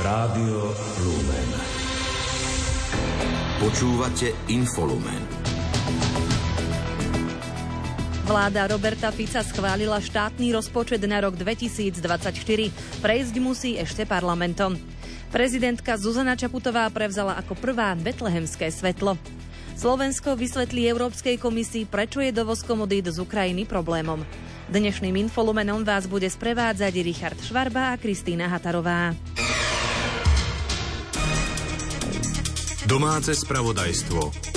Rádio Lumen. Počúvate Infolumen. Vláda Roberta Fica schválila štátny rozpočet na rok 2024. Prejsť musí ešte parlamentom. Prezidentka Zuzana Čaputová prevzala ako prvá betlehemské svetlo. Slovensko vysvetlí Európskej komisii, prečo je dovoz komodít z Ukrajiny problémom. Dnešným Infolumenom vás bude sprevádzať Richard Švarba a Kristína Hatarová. Domáce spravodajstvo.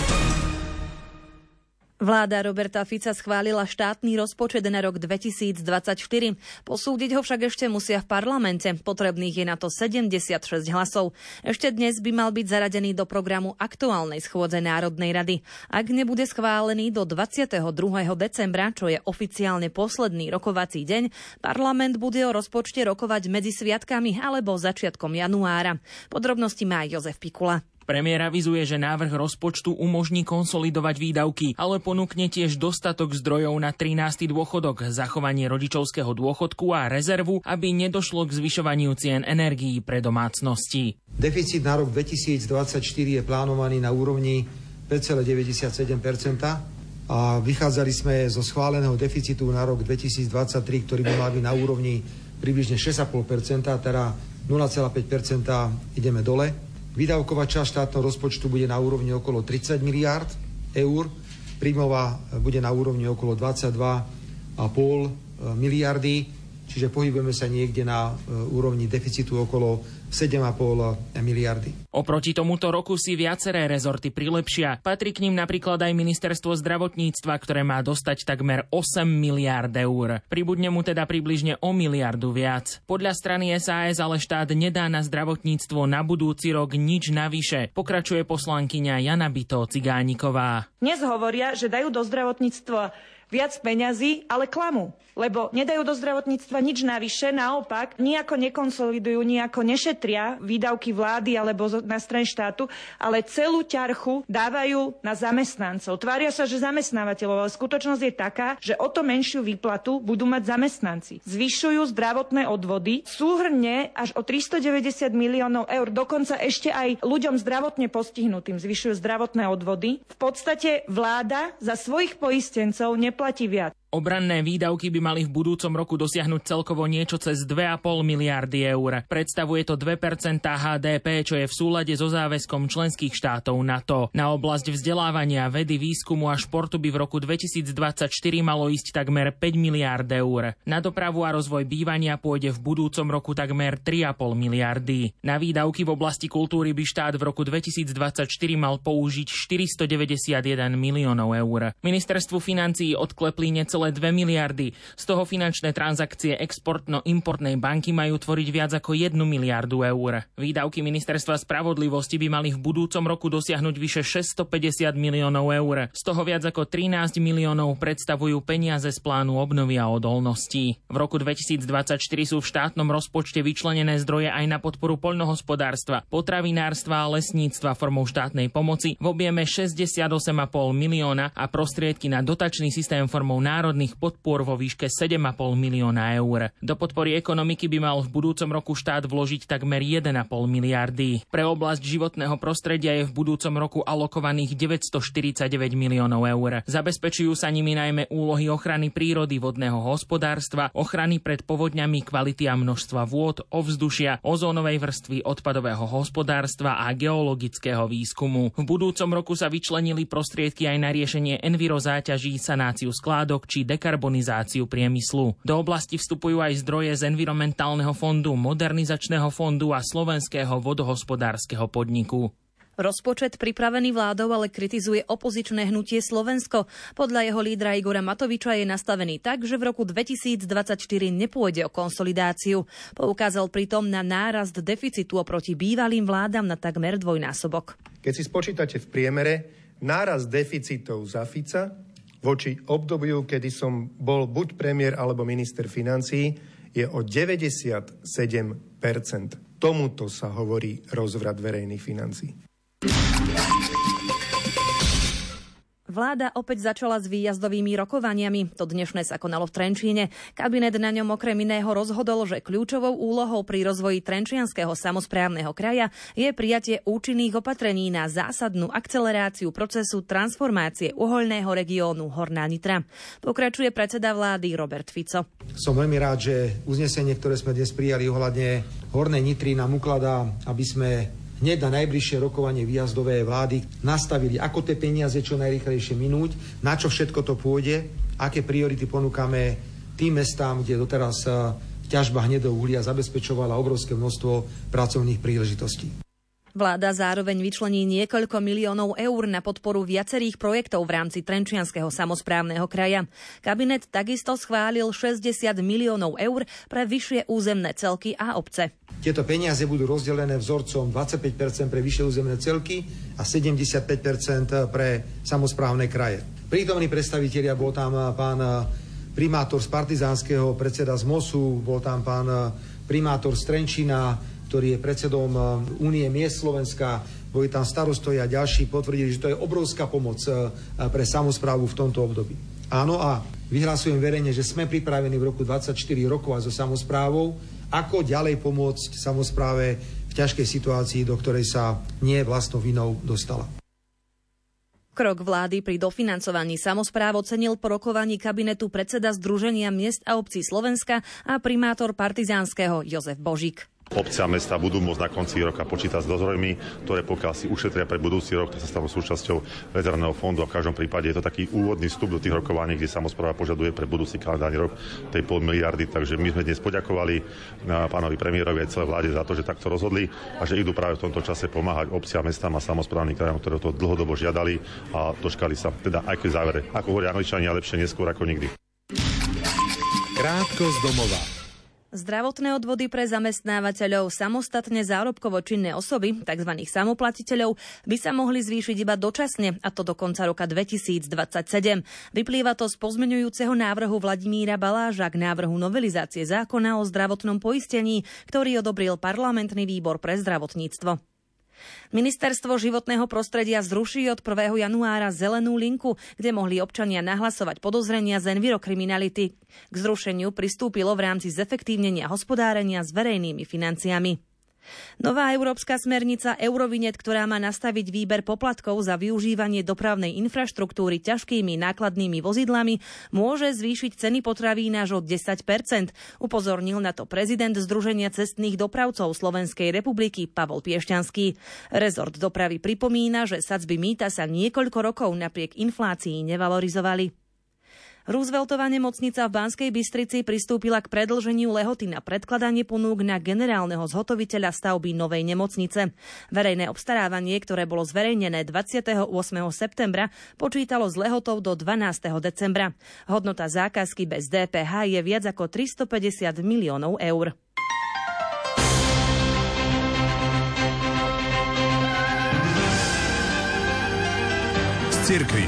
Vláda Roberta Fica schválila štátny rozpočet na rok 2024. Posúdiť ho však ešte musia v parlamente. Potrebných je na to 76 hlasov. Ešte dnes by mal byť zaradený do programu aktuálnej schôdze Národnej rady. Ak nebude schválený do 22. decembra, čo je oficiálne posledný rokovací deň, parlament bude o rozpočte rokovať medzi sviatkami alebo začiatkom januára. Podrobnosti má Jozef Pikula. Premiér avizuje, že návrh rozpočtu umožní konsolidovať výdavky, ale ponúkne tiež dostatok zdrojov na 13. dôchodok, zachovanie rodičovského dôchodku a rezervu, aby nedošlo k zvyšovaniu cien energií pre domácnosti. Deficit na rok 2024 je plánovaný na úrovni 5,97% a vychádzali sme zo schváleného deficitu na rok 2023, ktorý by mal byť na úrovni približne 6,5%, teda 0,5% ideme dole. Výdavková časť štátneho rozpočtu bude na úrovni okolo 30 miliárd eur, príjmová bude na úrovni okolo 22,5 miliardy, čiže pohybujeme sa niekde na úrovni deficitu okolo 7,5 miliardy. Oproti tomuto roku si viaceré rezorty prilepšia. Patrí k ním napríklad aj ministerstvo zdravotníctva, ktoré má dostať takmer 8 miliárd eur. Pribudne mu teda približne o miliardu viac. Podľa strany SAS ale štát nedá na zdravotníctvo na budúci rok nič navyše, pokračuje poslankyňa Jana Bitó-Cigániková. Dnes hovoria, že dajú do zdravotníctva viac peňazí, ale klamú, lebo nedajú do zdravotníctva nič navyše, naopak nijako nekonsolidujú, nijako nešetria výdavky vlády alebo na strane štátu, ale celú ťarchu dávajú na zamestnancov. Tvária sa, že zamestnávateľov, ale skutočnosť je taká, že o to menšiu výplatu budú mať zamestnanci. Zvyšujú zdravotné odvody súhrne až o 390 miliónov eur, dokonca ešte aj ľuďom zdravotne postihnutým zvyšujú zdravotné odvody. V podstate vláda za svojich poistencov neplatí viac. Obranné výdavky by mali v budúcom roku dosiahnuť celkovo niečo cez 2,5 miliardy eur. Predstavuje to 2% HDP, čo je v súlade so záväzkom členských štátov NATO. Na oblasť vzdelávania, vedy, výskumu a športu by v roku 2024 malo ísť takmer 5 miliárd eur. Na dopravu a rozvoj bývania pôjde v budúcom roku takmer 3,5 miliardy. Na výdavky v oblasti kultúry by štát v roku 2024 mal použiť 491 miliónov eur. Ministerstvu financií odklepli necelé 2 miliardy. Z toho finančné transakcie exportno-importnej banky majú tvoriť viac ako 1 miliardu eur. Výdavky ministerstva spravodlivosti by mali v budúcom roku dosiahnuť vyše 650 miliónov eur. Z toho viac ako 13 miliónov predstavujú peniaze z plánu obnovy a odolnosti. V roku 2024 sú v štátnom rozpočte vyčlenené zdroje aj na podporu poľnohospodárstva, potravinárstva a lesníctva formou štátnej pomoci v objeme 68,5 milióna a prostriedky na dotačný systém formou národných podpor vo výške 7,5 milióna eur. Do podpory ekonomiky by mal v budúcom roku štát vložiť takmer 1,5 miliardy. Pre oblasť životného prostredia je v budúcom roku alokovaných 949 miliónov eur. Zabezpečujú sa nimi najmä úlohy ochrany prírody, vodného hospodárstva, ochrany pred povodňami, kvality a množstva vôd, ovzdušia, ozónovej vrstvy, odpadového hospodárstva a geologického výskumu. V budúcom roku sa vyčlenili prostriedky aj na riešenie envirozáťaží, sanáciu skládok či dekarbonizáciu priemyslu. Do oblasti vstupujú aj zdroje z environmentálneho fondu, modernizačného fondu a slovenského vodohospodárskeho podniku. Rozpočet pripravený vládou ale kritizuje opozičné hnutie Slovensko. Podľa jeho lídra Igora Matoviča je nastavený tak, že v roku 2024 nepôjde o konsolidáciu. Poukázal pritom na nárast deficitu oproti bývalým vládam na takmer dvojnásobok. Keď si spočítate v priemere, nárast deficitov za Fica voči obdobiu, kedy som bol buď premiér alebo minister financií, je o 97%. Tomuto sa hovorí rozvrat verejných financií. Vláda opäť začala s výjazdovými rokovaniami. To dnešné sa konalo v Trenčíne. Kabinet na ňom okrem iného rozhodol, že kľúčovou úlohou pri rozvoji Trenčianskeho samosprávneho kraja je prijatie účinných opatrení na zásadnú akceleráciu procesu transformácie uhoľného regiónu Horná Nitra. Pokračuje predseda vlády Robert Fico. Som veľmi rád, že uznesenie, ktoré sme dnes prijali ohľadne Hornej Nitry, nám ukladá, aby sme hneď na najbližšie rokovanie výjazdové vlády nastavili, ako tie peniaze čo najrýchlejšie minúť, na čo všetko to pôjde, aké priority ponúkame tým mestám, kde doteraz ťažba hnedého uhlia zabezpečovala obrovské množstvo pracovných príležitostí. Vláda zároveň vyčlení niekoľko miliónov eur na podporu viacerých projektov v rámci Trenčianskeho samosprávneho kraja. Kabinet takisto schválil 60 miliónov eur pre vyššie územné celky a obce. Tieto peniaze budú rozdelené vzorcom 25% pre vyššie územné celky a 75% pre samosprávne kraje. Prítomní predstavitelia, bol tam pán primátor z Partizánskeho, predseda z MOSu, bol tam pán primátor z Trenčína, ktorý je predsedom Únie miest Slovenska, boli tam starostovia a ďalší, potvrdili, že to je obrovská pomoc pre samosprávu v tomto období. Áno, a vyhlasujem verejne, že sme pripravení v roku 2024 rokovať so samosprávou, ako ďalej pomôcť samospráve v ťažkej situácii, do ktorej sa nie vlastnou vinou dostala. Krok vlády pri dofinancovaní samospráv ocenil po rokovaní kabinetu predseda Združenia miest a obcí Slovenska a primátor Partizánskeho Jozef Božík. Obce a mesta budú môcť na konci roka počítať s dozormi, ktoré pokiaľ si ušetria pre budúci rok, to sa stanú súčasťou rezervného fondu a v každom prípade je to taký úvodný vstup do tých rokovaní, kde samospráva požaduje pre budúci kalendárny rok tej 0,5 miliardy. Takže my sme dnes poďakovali pánovi premiérovi aj celé vláde za to, že takto rozhodli a že idú práve v tomto čase pomáhať obciam, mestám a samosprávnym krajom, ktoré to dlhodobo žiadali a dočkali sa teda aj k závere. Ako hovoria Angličania, lepšie neskôr ako nikdy. Krátko z domova. Zdravotné odvody pre zamestnávateľov samostatne zárobkovo činné osoby, tzv. Samoplatiteľov, by sa mohli zvýšiť iba dočasne, a to do konca roka 2027. Vyplýva to z pozmeňujúceho návrhu Vladimíra Baláža k návrhu novelizácie zákona o zdravotnom poistení, ktorý odobril parlamentný výbor pre zdravotníctvo. Ministerstvo životného prostredia zruší od 1. januára zelenú linku, kde mohli občania nahlasovať podozrenia z envirokriminality. K zrušeniu pristúpilo v rámci zefektívnenia hospodárenia s verejnými financiami. Nová európska smernica Eurovinet, ktorá má nastaviť výber poplatkov za využívanie dopravnej infraštruktúry ťažkými nákladnými vozidlami, môže zvýšiť ceny potravín až o 10%, upozornil na to prezident Združenia cestných dopravcov Slovenskej republiky Pavol Piešťanský. Rezort dopravy pripomína, že sadzby mýta sa niekoľko rokov napriek inflácii nevalorizovali. Rooseveltova nemocnica v Banskej Bystrici pristúpila k predĺženiu lehoty na predkladanie ponúk na generálneho zhotoviteľa stavby novej nemocnice. Verejné obstarávanie, ktoré bolo zverejnené 28. septembra, počítalo s lehotou do 12. decembra. Hodnota zákazky bez DPH je viac ako 350 miliónov eur. Z cirkvi.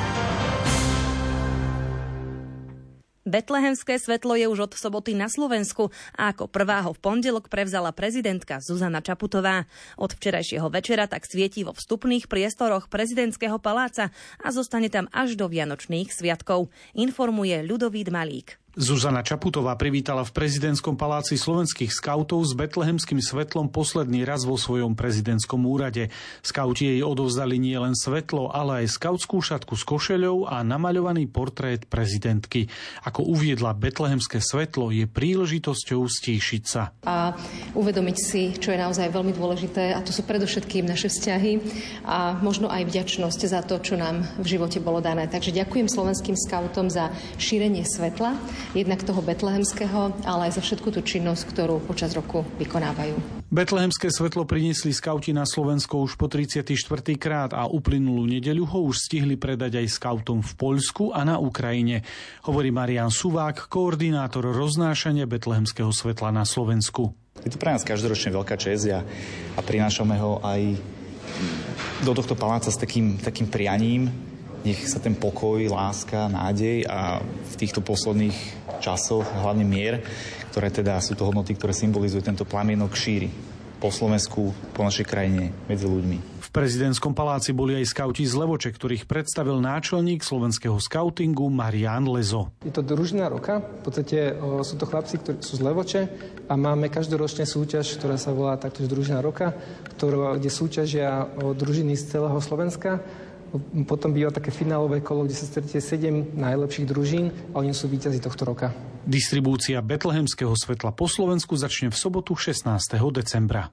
Betlehemské svetlo je už od soboty na Slovensku a ako prvá ho v pondelok prevzala prezidentka Zuzana Čaputová. Od včerajšieho večera tak svieti vo vstupných priestoroch prezidentského paláca a zostane tam až do vianočných sviatkov, informuje Ľudovít Malík. Zuzana Čaputová privítala v prezidentskom paláci slovenských skautov s betlehemským svetlom posledný raz vo svojom prezidentskom úrade. Skauti jej odovzdali nielen svetlo, ale aj skautskú šatku s košeľou a namaľovaný portrét prezidentky. Ako uviedla, betlehemské svetlo je príležitosťou stíšiť sa. A uvedomiť si, čo je naozaj veľmi dôležité, a to sú predovšetkým naše vzťahy a možno aj vďačnosť za to, čo nám v živote bolo dané. Takže ďakujem slovenským skautom za šírenie svetla, jednak toho betlehemského, ale aj za všetku tú činnosť, ktorú počas roku vykonávajú. Betlehemské svetlo priniesli skauti na Slovensko už po 34. krát a uplynulú nedeľu ho už stihli predať aj skautom v Poľsku a na Ukrajine, hovorí Marián Suvák, koordinátor roznášania betlehemského svetla na Slovensku. Je to pre nás každoročne veľká česť a prinášame ho aj do tohto paláca s takým prianím. Nech sa ten pokoj, láska, nádej a v týchto posledných časoch, hlavne mier, ktoré teda sú to hodnoty, ktoré symbolizujú tento plamienok, šíri po Slovensku, po našej krajine, medzi ľuďmi. V prezidentskom paláci boli aj skauti z Levoče, ktorých predstavil náčelník slovenského skautingu Marián Lezo. Je to družina roka, v podstate sú to chlapci, ktorí sú z Levoče a máme každoročne súťaž, ktorá sa volá taktiež družina roka, kde súťažia družiny z celého Slovenska. Potom býva také finálové kolo, kde sa stretne 7 najlepších družín a oni sú víťazi tohto roka. Distribúcia betlehemského svetla po Slovensku začne v sobotu 16. decembra.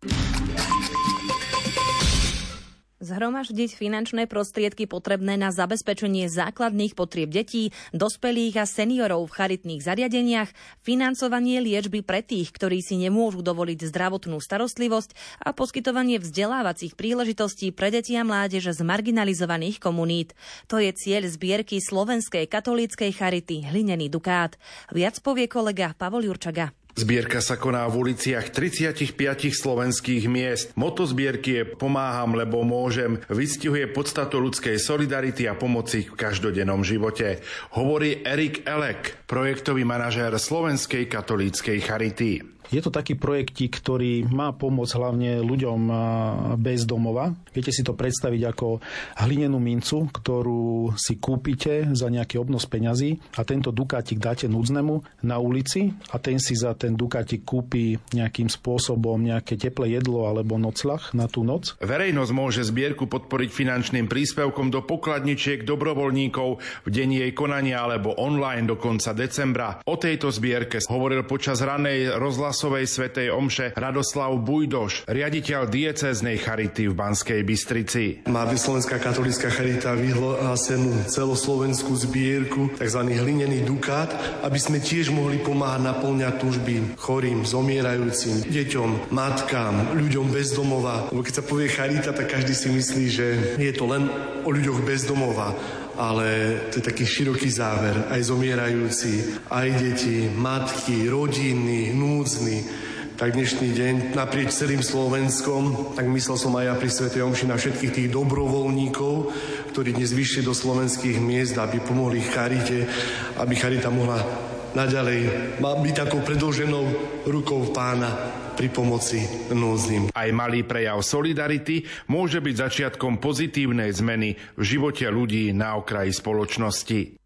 Zhromaždiť finančné prostriedky potrebné na zabezpečenie základných potrieb detí, dospelých a seniorov v charitných zariadeniach, financovanie liečby pre tých, ktorí si nemôžu dovoliť zdravotnú starostlivosť a poskytovanie vzdelávacích príležitostí pre deti a mládež z marginalizovaných komunít. To je cieľ zbierky Slovenskej katolíckej charity Hlinený dukát. Viac povie kolega Pavol Jurčaga. Zbierka sa koná v uliciach 35 slovenských miest. Moto zbierky je Pomáham, lebo môžem. Vystihuje podstatu ľudskej solidarity a pomoci v každodennom živote. Hovorí Erik Elek, projektový manažér Slovenskej katolíckej charity. Je to taký projektík, ktorý má pomôcť hlavne ľuďom bez domova. Viete si to predstaviť ako hlinenú mincu, ktorú si kúpite za nejaký obnos peňazí a tento dukátik dáte núdznemu na ulici a ten si za ten dukátik kúpi nejakým spôsobom nejaké teplé jedlo alebo nocľah na tú noc. Verejnosť môže zbierku podporiť finančným príspevkom do pokladničiek dobrovoľníkov v deň jej konania alebo online do konca decembra. O tejto zbierke hovoril počas ranej rozhlasovej svätej omše Radoslav Bujdoš, riaditeľ diecéznej charity v Banskej Bystrici. Má Slovenská katolícka charita vyhlásenú celoslovenskú zbierku, tzv. Hlinený dukát, aby sme tiež mohli pomáhať naplňať túžby chorým, zomierajúcim, deťom, matkám, ľuďom bez domova. Lebo keď sa povie charita, tak každý si myslí, že je to len o ľuďoch bez domova. Ale to je taký široký záver. Aj zomierajúci, aj deti, matky, rodiny, núdzni. Tak dnešný deň naprieč celým Slovenskom, tak myslel som aj ja pri svätej omši na všetkých tých dobrovoľníkov, ktorí dnes vyšli do slovenských miest, aby pomohli charite, aby charita mohla naďalej byť takou predĺženou rukou Pána pri pomoci núdznym. Aj malý prejav solidarity môže byť začiatkom pozitívnej zmeny v živote ľudí na okraji spoločnosti.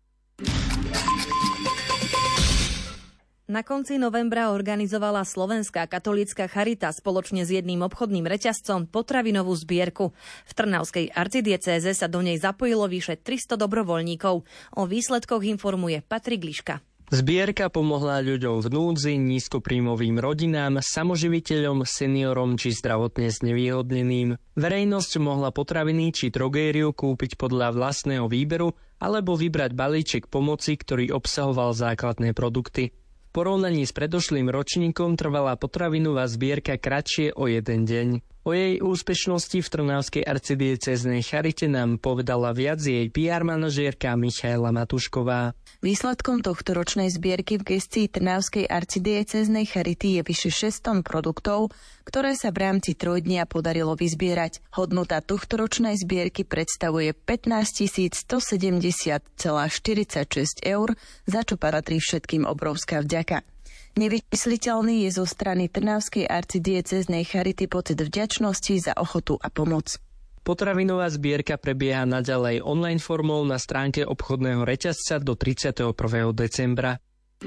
Na konci novembra organizovala Slovenská katolícka charita spoločne s jedným obchodným reťazcom potravinovú zbierku. V Trnavskej arcidiecéze sa do nej zapojilo vyše 300 dobrovoľníkov. O výsledkoch informuje Patrik Liška. Zbierka pomohla ľuďom v núdzi, nízkopríjmovým rodinám, samoživiteľom, seniorom či zdravotne znevýhodneným. Verejnosť mohla potraviny či drogériu kúpiť podľa vlastného výberu alebo vybrať balíček pomoci, ktorý obsahoval základné produkty. V porovnaní s predošlým ročníkom trvala potravinová zbierka kratšie o jeden deň. O jej úspešnosti v Trnavskej arcidiecéznej charite nám povedala viac jej PR manažérka Michaela Matušková. Výsledkom tohto ročnej zbierky v gestii Trnavskej arcidiecéznej charity je vyše 6 tón produktov, ktoré sa v rámci 3 dnia podarilo vyzbierať. Hodnota tohto ročnej zbierky predstavuje 15 170,46 eur, za čo patrí všetkým obrovská vďaka. Nevyčísliteľný je zo strany Trnavskej arcidiecéznej charity pocit vďačnosti za ochotu a pomoc. Potravinová zbierka prebieha naďalej online formou na stránke obchodného reťazca do 31. decembra.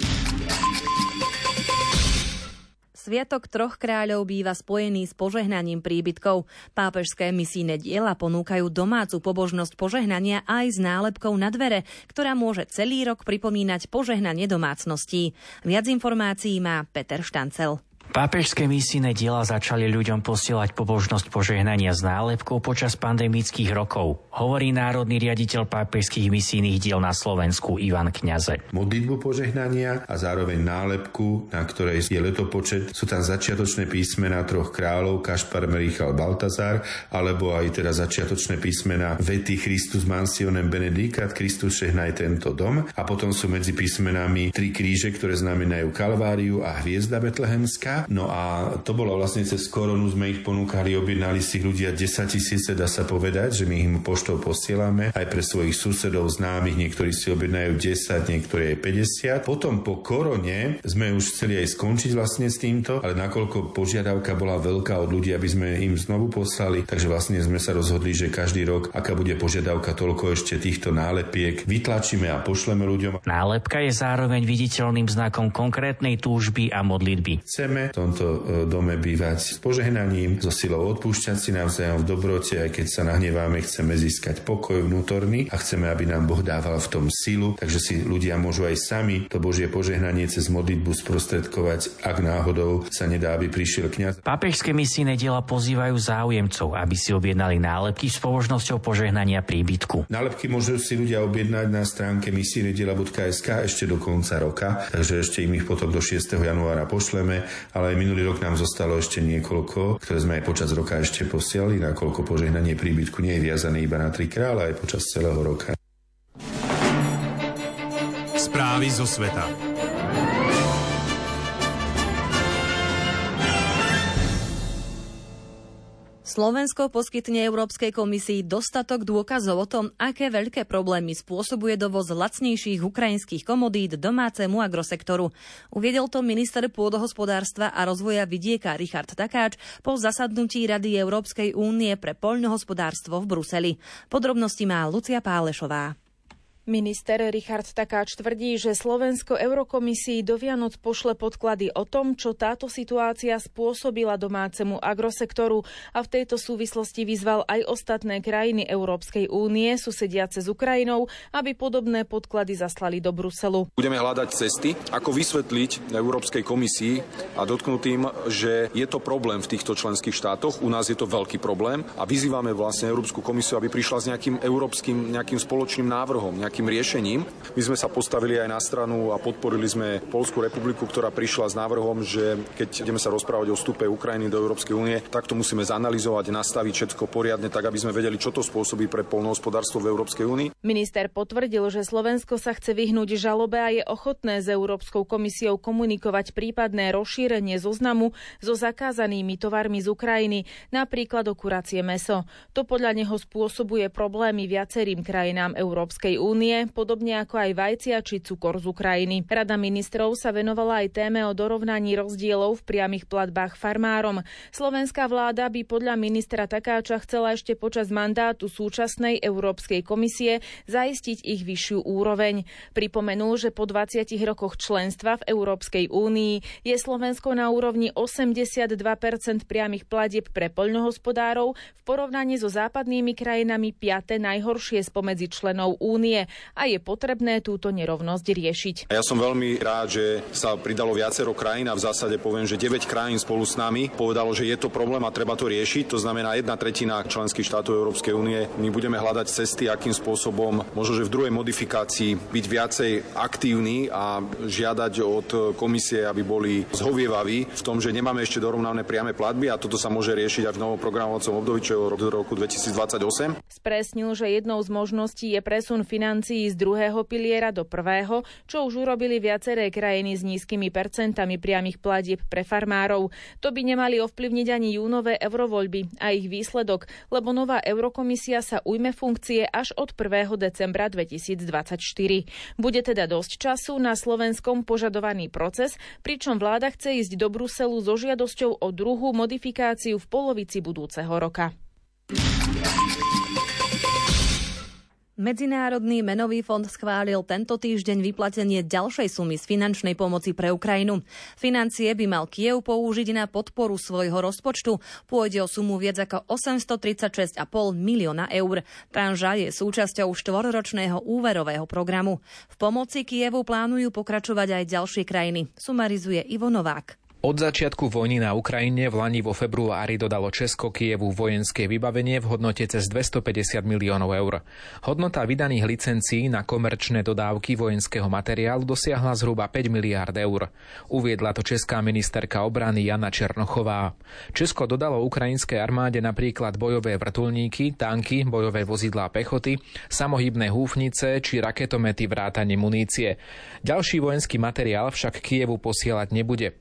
Sviatok troch kráľov býva spojený s požehnaním príbytkov. Pápežské misijné diela ponúkajú domácu pobožnosť požehnania aj s nálepkou na dvere, ktorá môže celý rok pripomínať požehnanie domácností. Viac informácií má Peter Štancel. Pápežské misijné diela začali ľuďom posielať pobožnosť požehnania s nálepkou počas pandemických rokov, hovorí národný riaditeľ pápežských misijných diel na Slovensku Ivan Kňaze. Modlitbu požehnania a zároveň nálepku, na ktorej je letopočet, sú tam začiatočné písmená troch kráľov Kašpar, Merichal, Baltazar, alebo aj teda začiatočné písmená vety Christus mansionem benedicat, Kristus žehnaj tento dom, a potom sú medzi písmenami 3 kríže, ktoré znamenajú Kalváriu a hviezda betlehemská. ľudia. No a to bolo vlastne cez koronu, sme ich ponúkali, objednali si ľudia 10 000, dá sa povedať, že my im poštou posielame aj pre svojich susedov, známych, niektorí si objednajú 10, niektorí aj 50. Potom po korone sme už chceli aj skončiť vlastne s týmto, ale nakoľko požiadavka bola veľká od ľudí, aby sme im znovu poslali, takže vlastne sme sa rozhodli, že každý rok, aká bude požiadavka, toľko ešte týchto nálepiek vytlačíme a pošleme ľuďom. Nálepka je zároveň viditeľným znakom konkrétnej túžby a modlitby. Chceme v tomto dome bývať s požehnaním, so silou odpúšťať si navzájom v dobrote, aj keď sa nahneváme, chceme získať pokoj vnútorný a chceme, aby nám Boh dával v tom silu, takže si ľudia môžu aj sami to Božie požehnanie cez modlitbu sprostredkovať, ak náhodou sa nedá, aby prišiel kňaz. Pápežské misijné diela pozývajú záujemcov, aby si objednali nálepky s spoločnosťou požehnania príbytku. Nálepky môžu si ľudia objednať na stránke misijnediela.sk ešte do konca roka, takže ešte im ich potom do 6. januára pošleme, ale aj minulý rok nám zostalo ešte niekoľko, ktoré sme aj počas roka ešte posielali, nakoľko požehnanie príbytku nie je viazané iba na 3 ale aj počas celého roka. Správy zo sveta. Slovensko poskytne Európskej komisii dostatok dôkazov o tom, aké veľké problémy spôsobuje dovoz lacnejších ukrajinských komodít domácemu agrosektoru. Uviedol to minister pôdohospodárstva a rozvoja vidieka Richard Takáč po zasadnutí Rady Európskej únie pre poľnohospodárstvo v Bruseli. Podrobnosti má Lucia Pálešová. Minister Richard Takáč tvrdí, že Slovensko Eurokomisii do Vianoc pošle podklady o tom, čo táto situácia spôsobila domácemu agrosektoru a v tejto súvislosti vyzval aj ostatné krajiny Európskej únie susediace s Ukrajinou, aby podobné podklady zaslali do Bruselu. Budeme hľadať cesty, ako vysvetliť Európskej komisii a dotknutým, že je to problém v týchto členských štátoch, u nás je to veľký problém a vyzývame vlastne Európsku komisiu, aby prišla s nejakým spoločným návrhom, nejakým riešením. My sme sa postavili aj na stranu a podporili sme Poľskú republiku, ktorá prišla s návrhom, že keď ideme sa rozprávať o vstupe Ukrajiny do Európskej únie, tak to musíme zanalyzovať, nastaviť všetko poriadne, tak aby sme vedeli, čo to spôsobí pre poľnohospodárstvo v Európskej únii. Minister potvrdil, že Slovensko sa chce vyhnúť žalobe a je ochotné s Európskou komisiou komunikovať prípadné rozšírenie zoznamu so zakázanými tovarmi z Ukrajiny, napríklad o kuracie mäso. To podľa neho spôsobuje problémy viacerým krajinám Európskej únie, podobne ako aj vajcia či cukor z Ukrajiny. Rada ministrov sa venovala aj téme o dorovnaní rozdielov v priamych platbách farmárom. Slovenská vláda by podľa ministra Takáča chcela ešte počas mandátu súčasnej Európskej komisie zaistiť ich vyššiu úroveň. Pripomenul, že po 20 rokoch členstva v Európskej únii je Slovensko na úrovni 82% priamych platieb pre poľnohospodárov v porovnaní so západnými krajinami 5. najhoršie spomedzi členov únie a je potrebné túto nerovnosť riešiť. Ja som veľmi rád, že sa pridalo viacero krajín a v zásade poviem, že 9 krajín spolu s nami povedalo, že je to problém a treba to riešiť. To znamená 1/3 členských štátov Európskej únie. My budeme hľadať cesty, akým spôsobom možno, že v druhej modifikácii byť viacej aktívni a žiadať od komisie, aby boli zhovievaví v tom, že nemáme ešte dorovnané priame platby a toto sa môže riešiť aj v novom programovacom období, čo je do roku 2028. Spresnil, že jednou z možností je presun financií z druhého piliera do prvého, čo už urobili viaceré krajiny s nízkymi percentami priamych platieb pre farmárov. To by nemali ovplyvniť ani júnové eurovoľby a ich výsledok, lebo nová Eurokomisia sa ujme funkcie až od 1. decembra 2024. Bude teda dosť času na Slovenskom požadovaný proces, pričom vláda chce ísť do Bruselu so žiadosťou o druhú modifikáciu v polovici budúceho roka. Medzinárodný menový fond schválil tento týždeň vyplatenie ďalšej sumy z finančnej pomoci pre Ukrajinu. Financie by mal Kyjev použiť na podporu svojho rozpočtu. Pôjde o sumu viac ako 836,5 milióna eur. Tranža je súčasťou 4-ročného úverového programu. V pomoci Kyjevu plánujú pokračovať aj ďalšie krajiny. Sumarizuje Ivo Novák. Od začiatku vojny na Ukrajine v lani vo februári dodalo Česko Kyjevu vojenské vybavenie v hodnote cez 250 miliónov eur. Hodnota vydaných licencií na komerčné dodávky vojenského materiálu dosiahla zhruba 5 miliárd eur. Uviedla to česká ministerka obrany Jana Černochová. Česko dodalo ukrajinskej armáde napríklad bojové vrtuľníky, tanky, bojové vozidlá pechoty, samohybné húfnice či raketomety vrátane munície. Ďalší vojenský materiál však Kyjevu posielať nebude.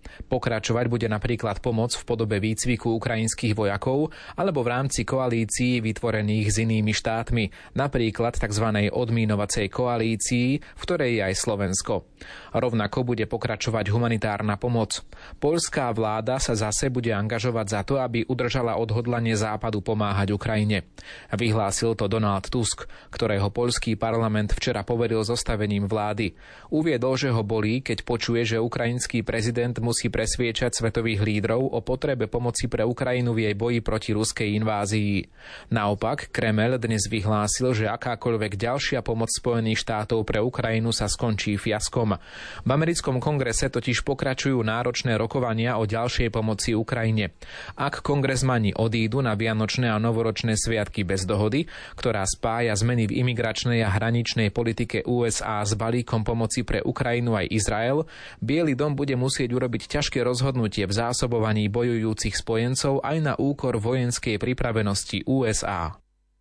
Pokračovať bude napríklad pomoc v podobe výcviku ukrajinských vojakov alebo v rámci koalícií vytvorených s inými štátmi, napríklad tzv. Odmínovacej koalícii, v ktorej je aj Slovensko. Rovnako bude pokračovať humanitárna pomoc. Poľská vláda sa zase bude angažovať za to, aby udržala odhodlanie Západu pomáhať Ukrajine. Vyhlásil to Donald Tusk, ktorého poľský parlament včera poveril zostavením vlády. Uviedol, že ho bolí, keď počuje, že ukrajinský prezident musí presviečať svetových lídrov o potrebe pomoci pre Ukrajinu v jej boji proti ruskej invázii. Naopak, Kremeľ dnes vyhlásil, že akákoľvek ďalšia pomoc Spojených štátov pre Ukrajinu sa skončí fiaskom. V americkom kongrese totiž pokračujú náročné rokovania o ďalšej pomoci Ukrajine. Ak kongresmani odídu na vianočné a novoročné sviatky bez dohody, ktorá spája zmeny v imigračnej a hraničnej politike USA s balíkom pomoci pre Ukrajinu aj Izrael, Biely dom bude musieť urobiť ťažké rozhodnutie v zásobovaní bojujúcich spojencov aj na úkor vojenskej pripravenosti USA.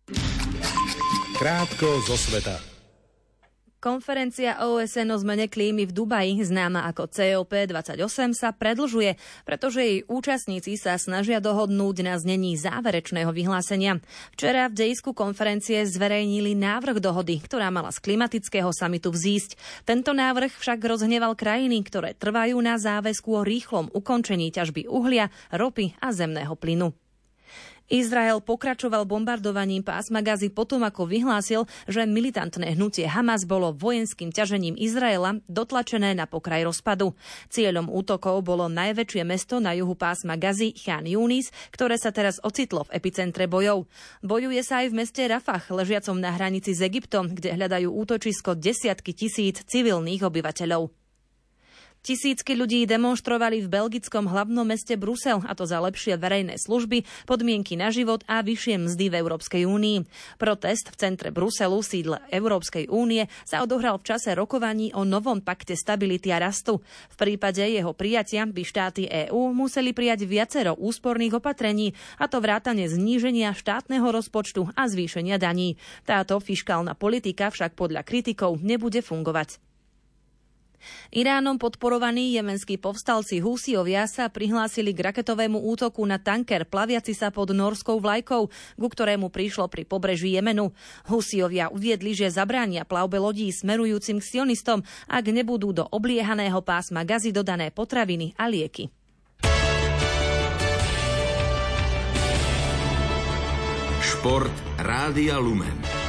Krátko zo sveta. Konferencia OSN o zmene klímy v Dubaji, známa ako COP28, sa predlžuje, pretože jej účastníci sa snažia dohodnúť na znení záverečného vyhlásenia. Včera v dejisku konferencie zverejnili návrh dohody, ktorá mala z klimatického samitu vzísť. Tento návrh však rozhneval krajiny, ktoré trvajú na záväzku o rýchlom ukončení ťažby uhlia, ropy a zemného plynu. Izrael pokračoval bombardovaním pásma Gazy potom, ako vyhlásil, že militantné hnutie Hamas bolo vojenským ťažením Izraela dotlačené na pokraj rozpadu. Cieľom útokov bolo najväčšie mesto na juhu pásma Gazy, Chan Yunis, ktoré sa teraz ocitlo v epicentre bojov. Bojuje sa aj v meste Rafah, ležiacom na hranici s Egyptom, kde hľadajú útočisko desiatky tisíc civilných obyvateľov. Tisícky ľudí demonštrovali v belgickom hlavnom meste Brusel, a to za lepšie verejné služby, podmienky na život a vyššie mzdy v Európskej únii. Protest v centre Bruselu, sídle Európskej únie, sa odohral v čase rokovaní o novom pakte stability a rastu. V prípade jeho prijatia by štáty EÚ museli prijať viacero úsporných opatrení, a to vrátane zníženia štátneho rozpočtu a zvýšenia daní. Táto fiškálna politika však podľa kritikov nebude fungovať. Iránom podporovaní jemenskí povstalci Húsiovia sa prihlásili k raketovému útoku na tanker plaviaci sa pod norskou vlajkou, ku ktorému prišlo pri pobreží Jemenu. Húsiovia uviedli, že zabránia plavbe lodí smerujúcim k sionistom, ak nebudú do obliehaného pásma Gazy dodané potraviny a lieky. Šport Rádia Lumen.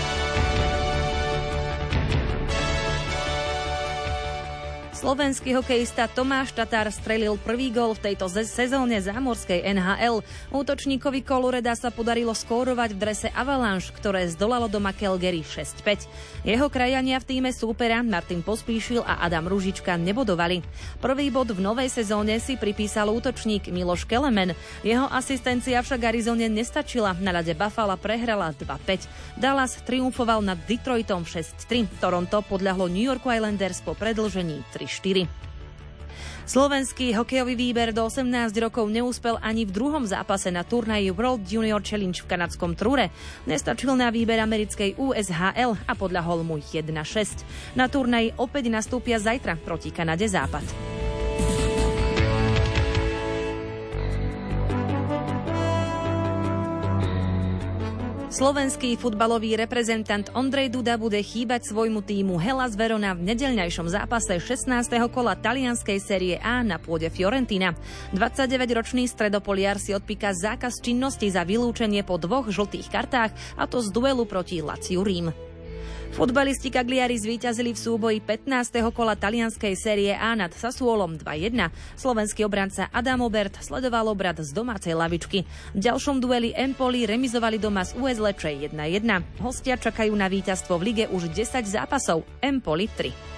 Slovenský hokejista Tomáš Tatár strelil prvý gól v tejto sezóne zámorskej NHL. Útočníkovi Coloreda sa podarilo skórovať v drese Avalanche, ktoré zdolalo doma Calgary 6-5. Jeho krajania v tíme súpera Martin Pospíšil a Adam Ružička nebodovali. Prvý bod v novej sezóne si pripísal útočník Miloš Kelemen. Jeho asistencia však Arizone nestačila. Na ľade Buffalo prehrala 2-5. Dallas triumfoval nad Detroitom 6-3. Toronto podľahlo New York Islanders po predĺžení 3-4. Slovenský hokejový výber do 18 rokov neúspel ani v druhom zápase na turnaji World Junior Challenge v kanadskom Trure. Nestačil na výber americkej USHL a podľahol mu 1-6. Na turnaji opäť nastúpia zajtra proti Kanade Západ. Slovenský futbalový reprezentant Ondrej Duda bude chýbať svojmu tímu Hellas Verona v nedeľňajšom zápase 16. kola talianskej série A na pôde Fiorentina. 29-ročný stredopoliar si odpíka zákaz činnosti za vylúčenie po 2 žltých kartách, a to z duelu proti Laziu Rím. Futbalisti Cagliari zvíťazili v súboji 15. kola talianskej série A nad Sassuolom 2-1. Slovenský obranca Adam Obert sledoval obrad z domácej lavičky. V ďalšom dueli Empoli remizovali doma z US Lecce 1-1. Hostia čakajú na víťazstvo v lige už 10 zápasov, Empoli 3.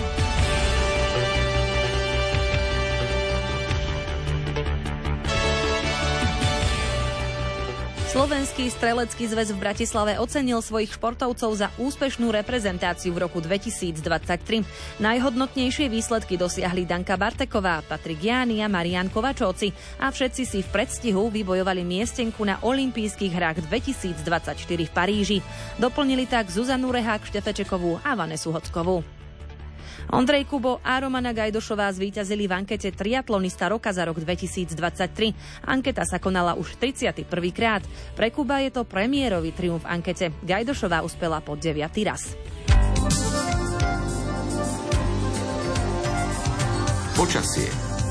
Slovenský strelecký zväz v Bratislave ocenil svojich športovcov za úspešnú reprezentáciu v roku 2023. Najhodnotnejšie výsledky dosiahli Danka Barteková, Patrik Jány a Marián Kovačovci a všetci si v predstihu vybojovali miestenku na olympijských hrách 2024 v Paríži. Doplnili tak Zuzanu Rehák Štefečekovú a Vanesu Hockovú. Ondrej Kubo a Romana Gajdošová zvíťazili v ankete Triatlonista roka za rok 2023. Anketa sa konala už 31. krát. Pre Kuba je to premiérový triumf v ankete. Gajdošová uspela po 9. raz. Počasie.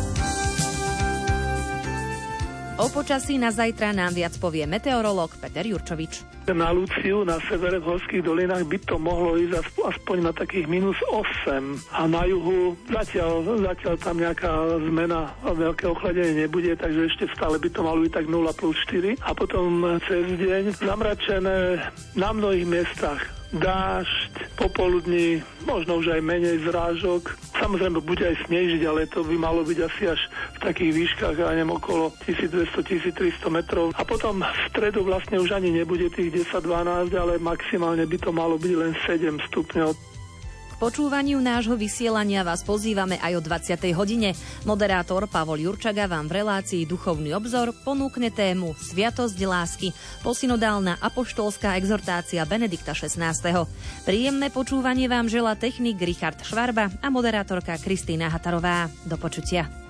O počasí na zajtra nám viac povie meteorológ Peter Jurčovič. Na Luciu, na severe v horských dolinách by to mohlo ísť aspoň na takých -8. A na juhu zatiaľ tam nejaká zmena a veľké ochladenie nebude, takže ešte stále by to malo byť tak 0+4. A potom cez deň zamračené na mnohých miestach. Dážď, popoludní, možno už aj menej zrážok. Samozrejme, bude aj snežiť, ale to by malo byť asi až v takých výškach, ja neviem, okolo 1200-1300 metrov. A potom v stredu vlastne už ani nebude tých 10-12, ale maximálne by to malo byť len 7 stupňov. K počúvaniu nášho vysielania vás pozývame aj o 20. hodine. Moderátor Pavol Jurčaga vám v relácii Duchovný obzor ponúkne tému Sviatosť lásky, posynodálna apoštolská exhortácia Benedikta XVI. Príjemné počúvanie vám želá technik Richard Švarba a moderátorka Kristýna Hatarová. Do počutia.